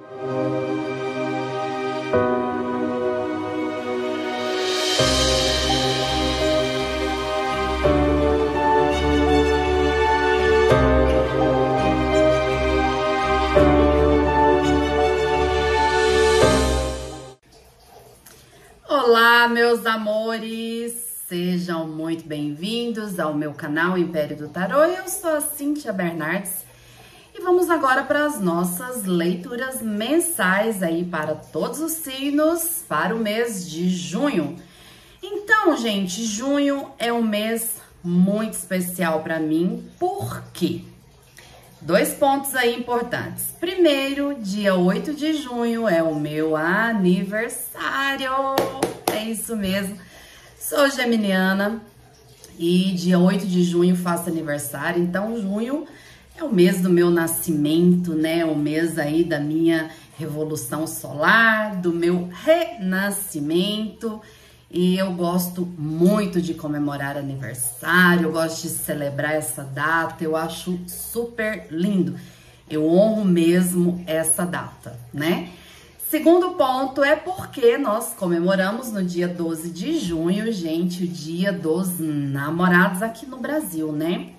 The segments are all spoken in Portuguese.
Olá, meus amores! Sejam muito bem-vindos ao meu canal Império do Tarô. Eu sou a Cíntia Bernardes e vamos agora para as nossas leituras mensais aí para todos os signos para o mês de junho. Então, gente, junho é um mês muito especial para mim, por quê? Dois pontos aí importantes. Primeiro, dia 8 de junho é o meu aniversário. É isso mesmo. Sou geminiana e dia 8 de junho faço aniversário. Então, junho é o mês do meu nascimento, né? O mês aí da minha revolução solar, do meu renascimento. E eu gosto muito de comemorar aniversário, eu gosto de celebrar essa data, eu acho super lindo. Eu honro mesmo essa data, né? Segundo ponto é porque nós comemoramos no dia 12 de junho, gente, o dia dos namorados aqui no Brasil, né?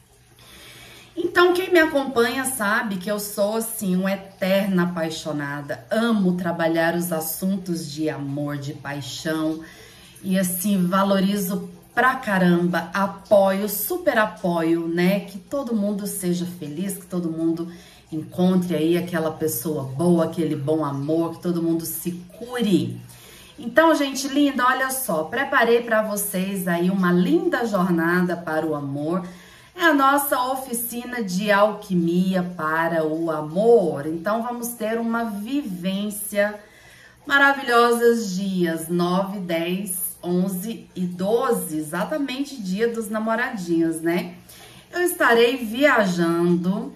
Então, quem me acompanha sabe que eu sou, assim, uma eterna apaixonada. Amo trabalhar os assuntos de amor, de paixão. E, assim, valorizo pra caramba, apoio, super apoio, né? Que todo mundo seja feliz, que todo mundo encontre aí aquela pessoa boa, aquele bom amor, que todo mundo se cure. Então, gente linda, olha só, preparei pra vocês aí uma linda jornada para o amor. É a nossa oficina de alquimia para o amor. Então, vamos ter uma vivência maravilhosa, dias 9, 10, 11 e 12, exatamente dia dos namoradinhos, né? Eu estarei viajando,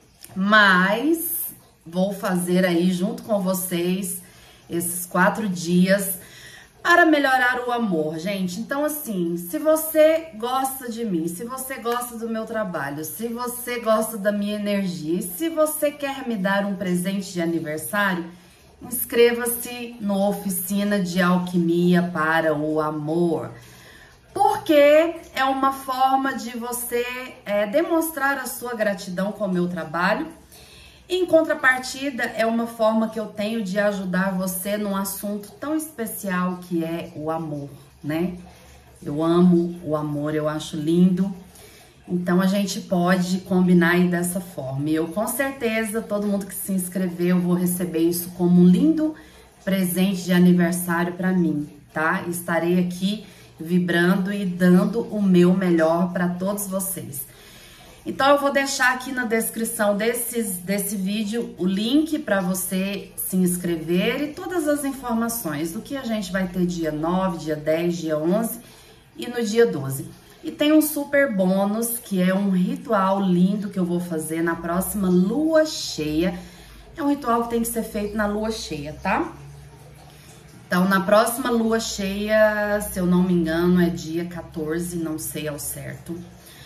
mas vou fazer aí junto com vocês esses 4 dias para melhorar o amor, gente. Então, assim, se você gosta de mim, se você gosta do meu trabalho, se você gosta da minha energia, e se você quer me dar um presente de aniversário, inscreva-se no Oficina de Alquimia para o Amor. Porque é uma forma de você demonstrar a sua gratidão com o meu trabalho. Em contrapartida, é uma forma que eu tenho de ajudar você num assunto tão especial que é o amor, né? Eu amo o amor, eu acho lindo. Então, a gente pode combinar aí dessa forma. E eu, com certeza, todo mundo que se inscreveu, vou receber isso como um lindo presente de aniversário para mim, tá? Estarei aqui vibrando e dando o meu melhor para todos vocês. Então, eu vou deixar aqui na descrição desse vídeo o link para você se inscrever e todas as informações do que a gente vai ter dia 9, dia 10, dia 11 e no dia 12. E tem um super bônus, que é um ritual lindo que eu vou fazer na próxima lua cheia. É um ritual que tem que ser feito na lua cheia, tá? Então, na próxima lua cheia, se eu não me engano, é dia 14, não sei ao certo.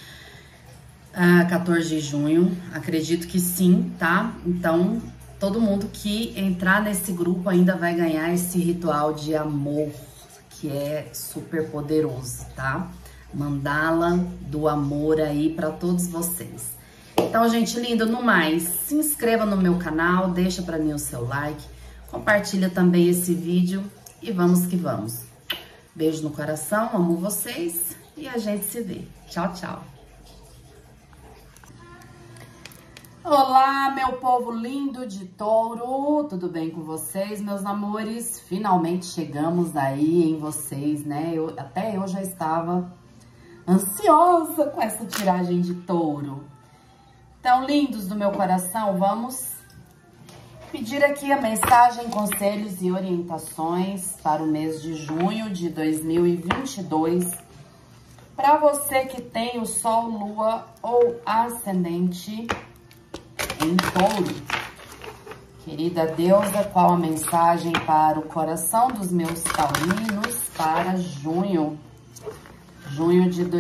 14 de junho, acredito que sim, tá? Então, todo mundo que entrar nesse grupo ainda vai ganhar esse ritual de amor, que é super poderoso, tá? Mandala do amor aí para todos vocês. Então, gente linda, no mais, se inscreva no meu canal, deixa para mim o seu like, compartilha também esse vídeo e vamos que vamos. Beijo no coração, amo vocês e a gente se vê. Tchau, tchau. Olá, meu povo lindo de Touro, tudo bem com vocês, meus amores? Finalmente chegamos aí em vocês, né? Até eu já estava ansiosa com essa tiragem de Touro. Então, lindos do meu coração, vamos pedir aqui a mensagem, conselhos e orientações para o mês de junho de 2022. Para você que tem o Sol, Lua ou Ascendente em Touro. Querida deusa, qual a mensagem para o coração dos meus taurinos para junho? Junho de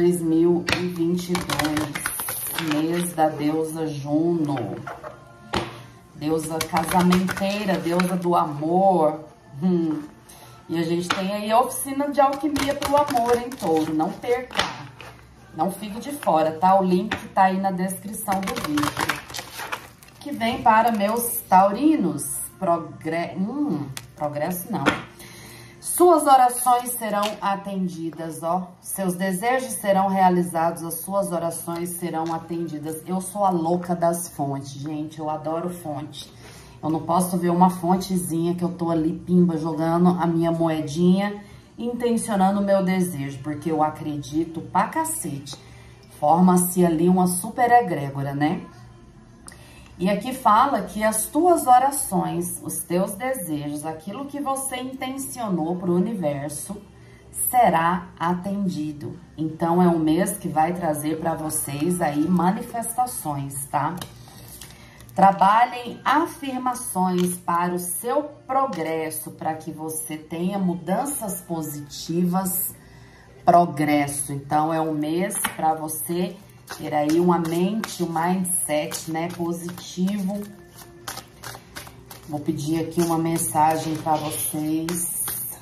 2022, mês da deusa Juno. deusa casamenteira, deusa do amor. E a gente tem aí a oficina de alquimia pro amor em Touro. Não perca, não fique de fora, tá? O link tá aí na descrição do vídeo. Que vem para meus taurinos. Progresso não. Suas orações serão atendidas, ó. Seus desejos serão realizados, as suas orações serão atendidas. Eu sou a louca das fontes, gente. Eu adoro fonte. Eu não posso ver uma fontezinha que eu tô ali, pimba, jogando a minha moedinha, intencionando o meu desejo, porque eu acredito pra cacete. Forma-se ali uma super egrégora, né? E aqui fala que as tuas orações, os teus desejos, aquilo que você intencionou para o universo, será atendido. Então, é um mês que vai trazer para vocês aí manifestações, tá? Trabalhem afirmações para o seu progresso, para que você tenha mudanças positivas, progresso. Então, é um mês para você ter aí uma mente, um mindset, né, positivo. Vou pedir aqui uma mensagem para vocês.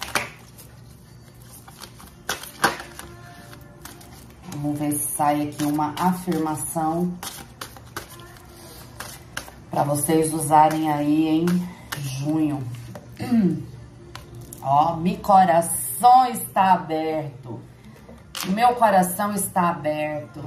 Vamos ver se sai aqui uma afirmação para vocês usarem aí em junho. Ó, meu coração está aberto. Meu coração está aberto.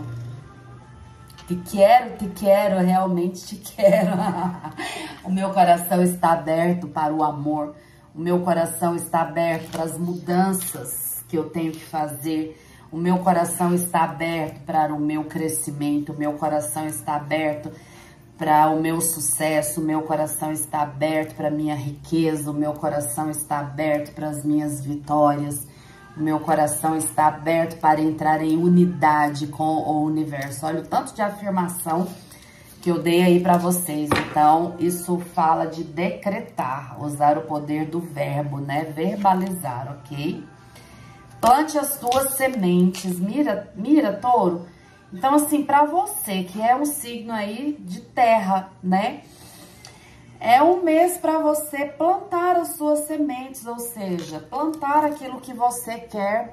Te quero, realmente te quero. O meu coração está aberto para o amor. O meu coração está aberto para as mudanças que eu tenho que fazer. O meu coração está aberto para o meu crescimento. O meu coração está aberto para o meu sucesso. O meu coração está aberto para a minha riqueza. O meu coração está aberto para as minhas vitórias. O meu coração está aberto para entrar em unidade com o universo. Olha o tanto de afirmação que eu dei aí para vocês. Então, isso fala de decretar, usar o poder do verbo, né? Verbalizar, ok? Plante as tuas sementes. Mira, Touro. Então, assim, para você que é um signo aí de terra, né? É um mês para você plantar as suas sementes, ou seja, plantar aquilo que você quer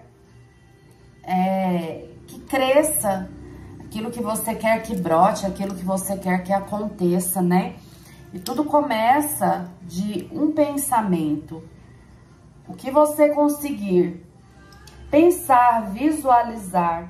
que cresça, aquilo que você quer que brote, aquilo que você quer que aconteça, né? E tudo começa de um pensamento. O que você conseguir pensar, visualizar,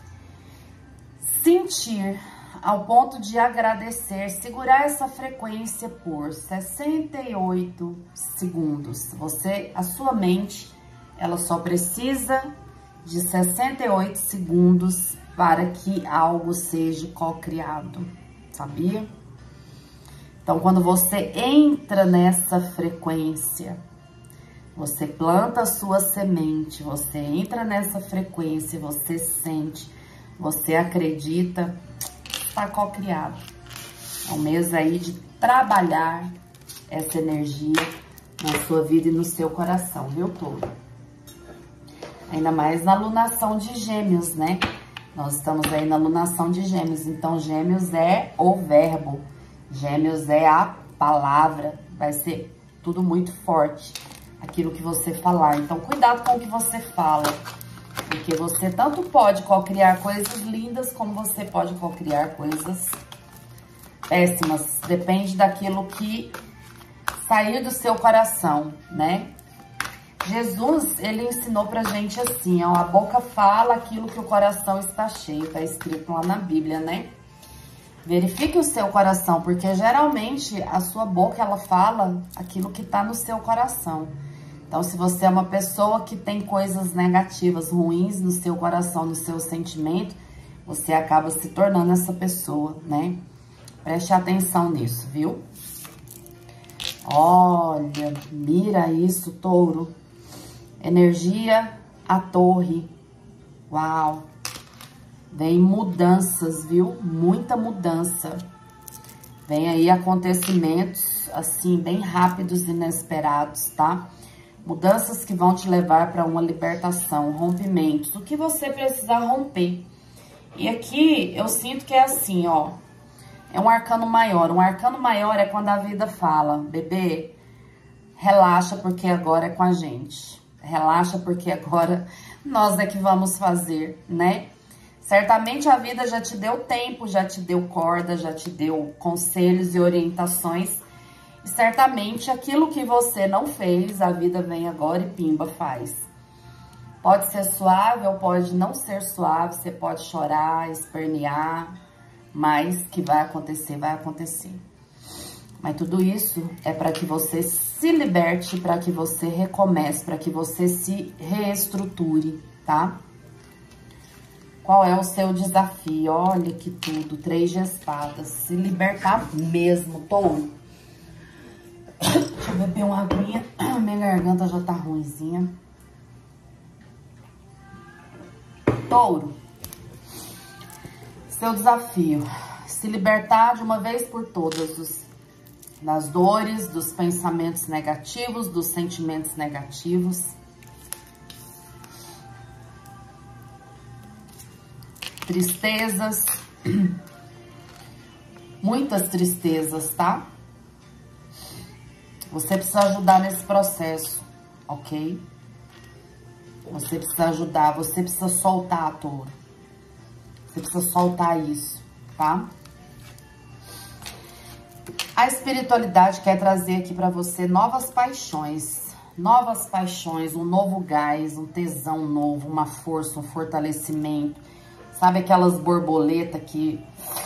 sentir, ao ponto de agradecer, segurar essa frequência por 68 segundos. A sua mente, ela só precisa de 68 segundos para que algo seja co-criado, sabia? Então, quando você entra nessa frequência, você planta a sua semente, você entra nessa frequência, você sente, você acredita, está co-criado. É um mês aí de trabalhar essa energia na sua vida e no seu coração, viu, Touro? Ainda mais na alunação de Gêmeos, né? Nós estamos aí na alunação de Gêmeos, então Gêmeos é o verbo, Gêmeos é a palavra, vai ser tudo muito forte, aquilo que você falar. Então, cuidado com o que você fala, porque você tanto pode co-criar coisas lindas, como você pode co-criar coisas péssimas. Depende daquilo que sair do seu coração, né? Jesus, ele ensinou pra gente assim, ó, a boca fala aquilo que o coração está cheio, tá escrito lá na Bíblia, né? Verifique o seu coração, porque geralmente a sua boca, ela fala aquilo que tá no seu coração. Então, se você é uma pessoa que tem coisas negativas, ruins no seu coração, no seu sentimento, você acaba se tornando essa pessoa, né? Preste atenção nisso, viu? Olha, mira isso, Touro. Energia, a torre. Uau! Vem mudanças, viu? Muita mudança. Vem aí acontecimentos, assim, bem rápidos e inesperados, tá? Mudanças que vão te levar para uma libertação, rompimentos. O que você precisa romper. E aqui, eu sinto que é assim, ó. É um arcano maior. Um arcano maior é quando a vida fala, bebê, relaxa porque agora é com a gente. Relaxa porque agora nós é que vamos fazer, né? Certamente a vida já te deu tempo, já te deu corda, já te deu conselhos e orientações. E certamente aquilo que você não fez, a vida vem agora e pimba, faz. Pode ser suave ou pode não ser suave, você pode chorar, espernear, mas que vai acontecer, vai acontecer. Mas tudo isso é para que você se liberte, para que você recomece, para que você se reestruture, tá? Qual é o seu desafio? Olha que tudo, 3 de espadas. Se libertar mesmo, touro. Deixa eu beber uma aguinha. Minha garganta já tá ruimzinha. Touro. Seu desafio. Se libertar de uma vez por todas das dores, dos pensamentos negativos, dos sentimentos negativos. Tristezas, muitas tristezas, tá? Você precisa ajudar nesse processo, ok? Você precisa ajudar, você precisa soltar, touro. Você precisa soltar isso, tá? A espiritualidade quer trazer aqui pra você novas paixões, um novo gás, um tesão novo, uma força, um fortalecimento. Sabe aquelas borboletas que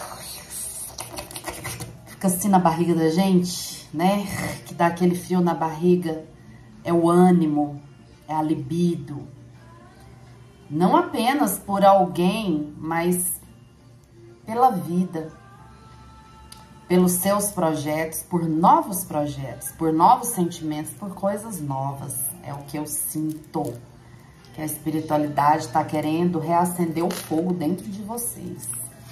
fica assim na barriga da gente, né? Que dá aquele frio na barriga. É o ânimo, é a libido. Não apenas por alguém, mas pela vida. Pelos seus projetos, por novos sentimentos, por coisas novas. É o que eu sinto. Que a espiritualidade está querendo reacender o fogo dentro de vocês.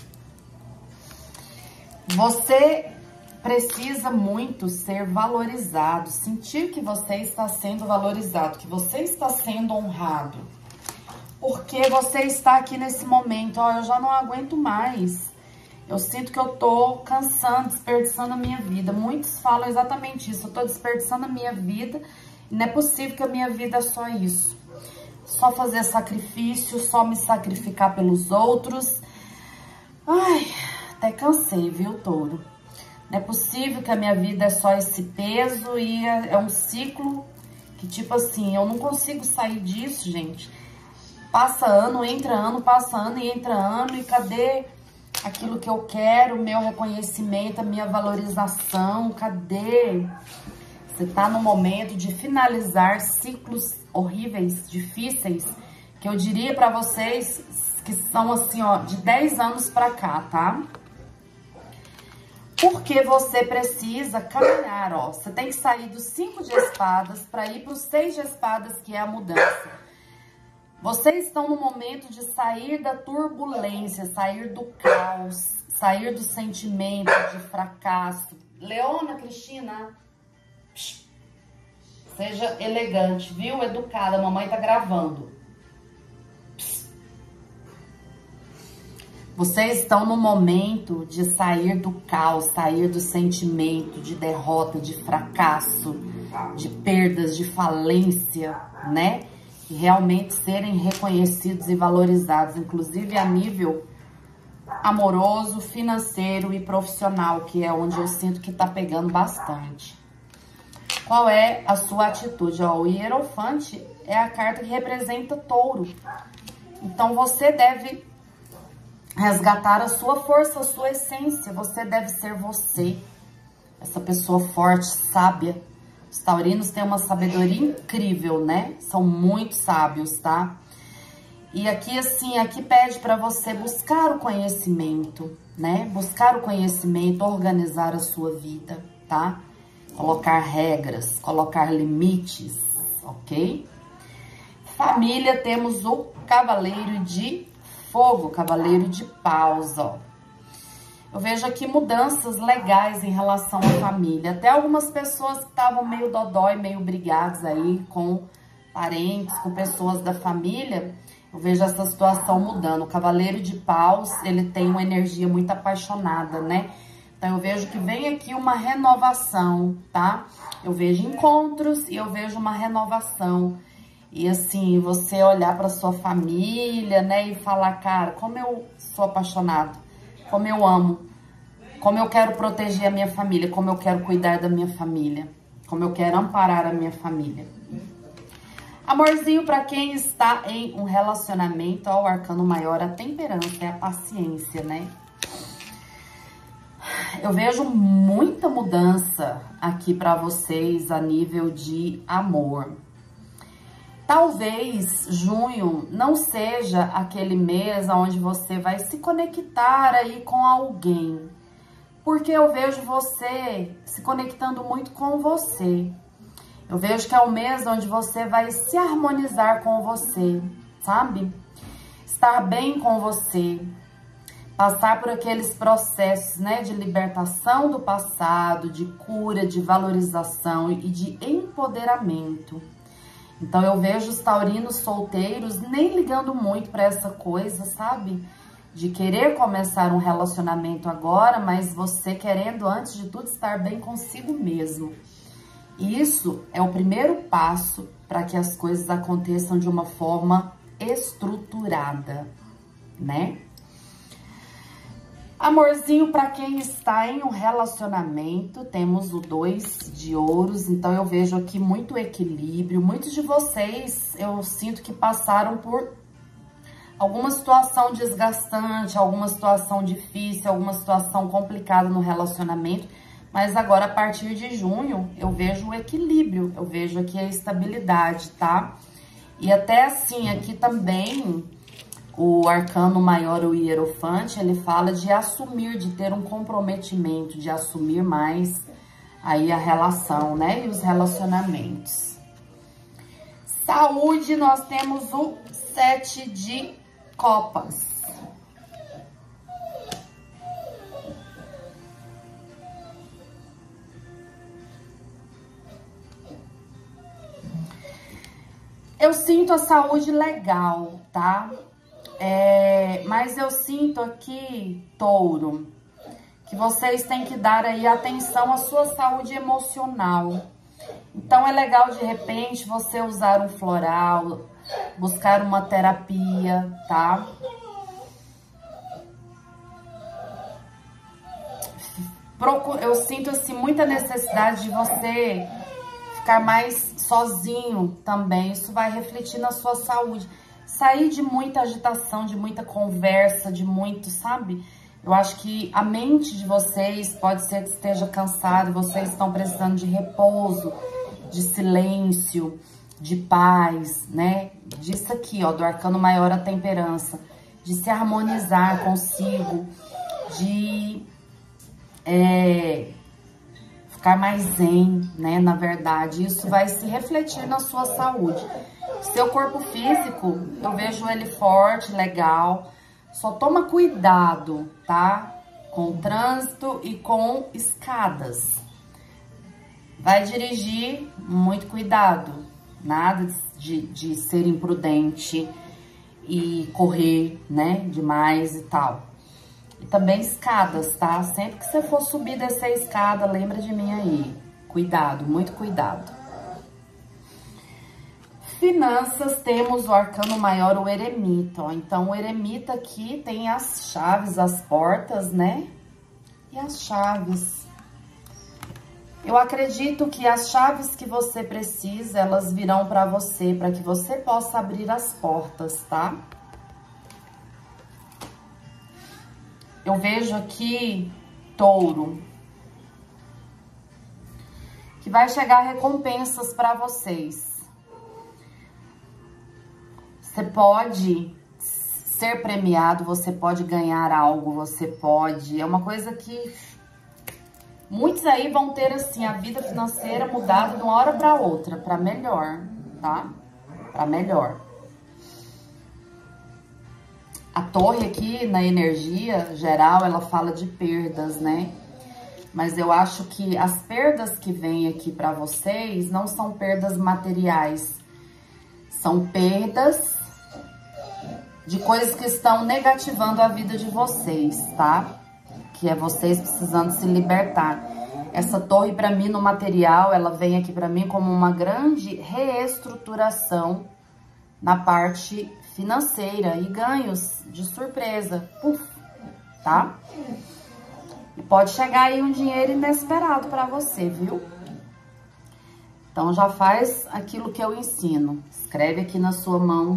Você precisa muito ser valorizado, sentir que você está sendo valorizado, que você está sendo honrado. Porque você está aqui nesse momento, ó, eu já não aguento mais. Eu sinto que eu tô cansando, desperdiçando a minha vida. Muitos falam exatamente isso, eu tô desperdiçando a minha vida e não é possível que a minha vida é só isso. Só fazer sacrifício, só me sacrificar pelos outros. Ai, até cansei, viu, touro? Não é possível que a minha vida é só esse peso e é um ciclo que, tipo assim, eu não consigo sair disso, gente. Passa ano, entra ano, passa ano e entra ano. E cadê aquilo que eu quero, o meu reconhecimento, a minha valorização? Cadê? Você tá no momento de finalizar ciclos horríveis, difíceis, que eu diria pra vocês que são assim, ó, de 10 anos pra cá, tá? Porque você precisa caminhar, ó. Você tem que sair dos 5 de espadas pra ir pro 6 de espadas, que é a mudança. Vocês estão no momento de sair da turbulência, sair do caos, sair do sentimento de fracasso. Leona, Cristina... Seja elegante, viu? Educada, a mamãe tá gravando. Vocês estão no momento de sair do caos, sair do sentimento de derrota, de fracasso, de perdas, de falência, né? E realmente serem reconhecidos e valorizados, inclusive a nível amoroso, financeiro e profissional, que é onde eu sinto que tá pegando bastante. Qual é a sua atitude? Ó, o Hierofante é a carta que representa touro. Então, você deve resgatar a sua força, a sua essência. Você deve ser você. Essa pessoa forte, sábia. Os taurinos têm uma sabedoria incrível, né? São muito sábios, tá? E aqui, assim, aqui pede para você buscar o conhecimento, né? Buscar o conhecimento, organizar a sua vida, tá? Colocar regras, colocar limites, ok? Família, temos o Cavaleiro de Fogo, Cavaleiro de Paus, ó. Eu vejo aqui mudanças legais em relação à família. Até algumas pessoas que estavam meio dodói, meio brigadas aí com parentes, com pessoas da família. Eu vejo essa situação mudando. O Cavaleiro de Paus, ele tem uma energia muito apaixonada, né? Então, eu vejo que vem aqui uma renovação, tá? Eu vejo encontros e eu vejo uma renovação. E assim, você olhar para sua família, né? E falar, cara, como eu sou apaixonado, como eu amo, como eu quero proteger a minha família, como eu quero cuidar da minha família, como eu quero amparar a minha família. Amorzinho, para quem está em um relacionamento, ó, o arcano maior, a temperança, é a paciência, né? Eu vejo muita mudança aqui para vocês a nível de amor. Talvez junho não seja aquele mês onde você vai se conectar aí com alguém. Porque eu vejo você se conectando muito com você. Eu vejo que é um mês onde você vai se harmonizar com você, sabe? Estar bem com você. Passar por aqueles processos, né, de libertação do passado, de cura, de valorização e de empoderamento. Então, eu vejo os taurinos solteiros nem ligando muito para essa coisa, sabe? De querer começar um relacionamento agora, mas você querendo, antes de tudo, estar bem consigo mesmo. E isso é o primeiro passo para que as coisas aconteçam de uma forma estruturada, né? Amorzinho, para quem está em um relacionamento, temos o 2 de ouros, então eu vejo aqui muito equilíbrio. Muitos de vocês, eu sinto que passaram por alguma situação desgastante, alguma situação difícil, alguma situação complicada no relacionamento, mas agora, a partir de junho, eu vejo o equilíbrio, eu vejo aqui a estabilidade, tá? E até assim, aqui também... O arcano maior, o hierofante, ele fala de assumir, de ter um comprometimento, de assumir mais aí a relação, né? E os relacionamentos. Saúde, nós temos o 7 de copas. Eu sinto a saúde legal, tá? Mas eu sinto aqui, touro, que vocês têm que dar aí atenção à sua saúde emocional. Então, é legal, de repente, você usar um floral, buscar uma terapia, tá? Eu sinto, assim, muita necessidade de você ficar mais sozinho também. Isso vai refletir na sua saúde. Sair de muita agitação, de muita conversa, de muito, sabe? Eu acho que a mente de vocês pode ser que esteja cansada, vocês estão precisando de repouso, de silêncio, de paz, né? Disso aqui, ó, do arcano maior, a temperança. De se harmonizar consigo, de ficar mais zen, né? Na verdade, isso vai se refletir na sua saúde. Seu corpo físico, eu vejo ele forte, legal. Só toma cuidado, tá? Com o trânsito e com escadas. Vai dirigir, muito cuidado. Nada de ser imprudente e correr, né? Demais e tal. E também escadas, tá? Sempre que você for subir e descer a escada, lembra de mim aí. Cuidado, muito cuidado. Finanças, temos o arcano maior, o eremita, ó. Então, o eremita aqui tem as chaves, as portas, né? E as chaves. Eu acredito que as chaves que você precisa, elas virão para você, para que você possa abrir as portas, tá? Eu vejo aqui, touro, que vai chegar recompensas para vocês. Você pode ser premiado, você pode ganhar algo, você pode... É uma coisa que muitos aí vão ter, assim, a vida financeira mudada de uma hora para outra, para melhor, tá? Para melhor. A torre aqui, na energia geral, ela fala de perdas, né? Mas eu acho que as perdas que vêm aqui para vocês não são perdas materiais. São perdas de coisas que estão negativando a vida de vocês, tá? que é vocês precisando se libertar. Essa torre, para mim, no material, ela vem aqui para mim como uma grande reestruturação na parte financeira e ganhos de surpresa, puf, tá? E pode chegar aí um dinheiro inesperado para você, viu? Então, já faz aquilo que eu ensino. Escreve aqui na sua mão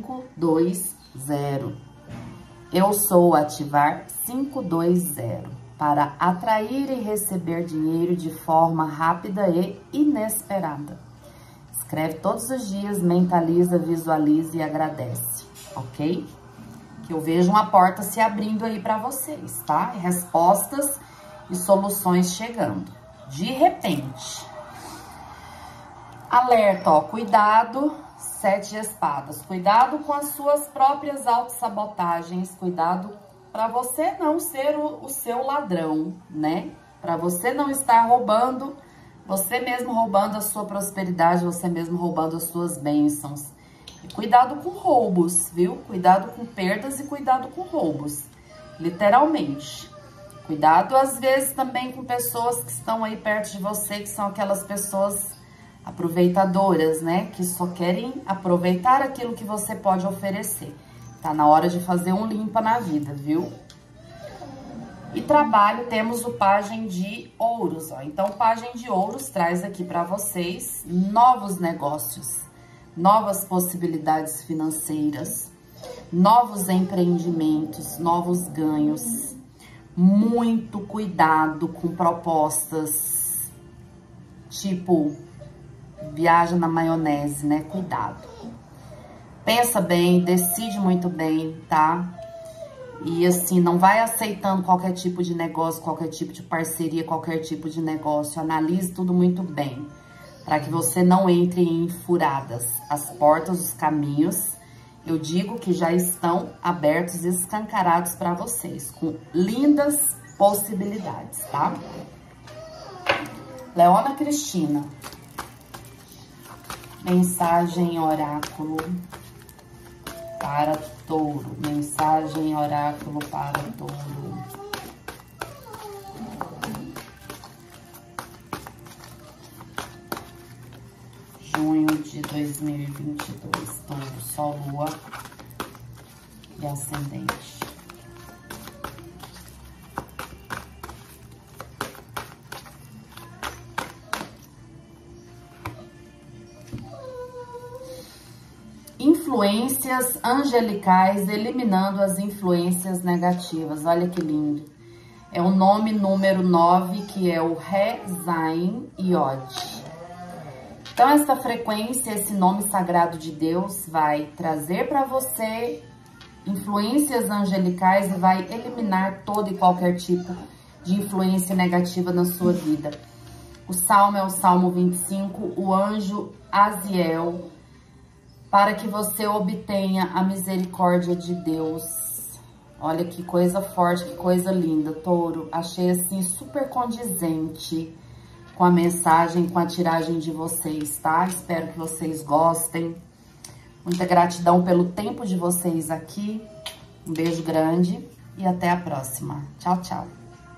520. Eu sou ativar 520 para atrair e receber dinheiro de forma rápida e inesperada. Escreve todos os dias, mentaliza, visualiza e agradece, ok? Que eu vejo uma porta se abrindo aí para vocês, tá? Respostas e soluções chegando. De repente. Alerta, ó, cuidado, 7 de espadas. Cuidado com as suas próprias autossabotagens, cuidado para você não ser o seu ladrão, né? Para você não estar roubando, você mesmo roubando a sua prosperidade, você mesmo roubando as suas bênçãos. E cuidado com roubos, viu? Cuidado com perdas e cuidado com roubos, literalmente. Cuidado, às vezes, também com pessoas que estão aí perto de você, que são aquelas pessoas aproveitadoras, né? Que só querem aproveitar aquilo que você pode oferecer. Tá na hora de fazer um limpa na vida, viu? E trabalho, temos o Pajem de Ouros, ó. Então, o Pajem de Ouros traz aqui para vocês novos negócios, novas possibilidades financeiras, novos empreendimentos, novos ganhos. Muito cuidado com propostas tipo viaja na maionese, né? Cuidado. Pensa bem, decide muito bem, tá? E assim, não vai aceitando qualquer tipo de negócio, qualquer tipo de parceria, qualquer tipo de negócio. Analise tudo muito bem, para que você não entre em furadas. As portas, os caminhos, eu digo que já estão abertos e escancarados para vocês, com lindas possibilidades, tá? Leona Cristina. Mensagem oráculo para touro. Mensagem oráculo para touro. Junho de 2022. Touro, Sol, Lua e Ascendente. Influências angelicais, eliminando as influências negativas. Olha que lindo. É o nome número 9, que é o Ré, Zain e Yod. Então, essa frequência, esse nome sagrado de Deus vai trazer para você influências angelicais e vai eliminar todo e qualquer tipo de influência negativa na sua vida. O salmo é o Salmo 25, o anjo Aziel, para que você obtenha a misericórdia de Deus. Olha que coisa forte, que coisa linda, touro. Achei assim super condizente com a mensagem, com a tiragem de vocês, tá? Espero que vocês gostem. Muita gratidão pelo tempo de vocês aqui. Um beijo grande e até a próxima. Tchau, tchau.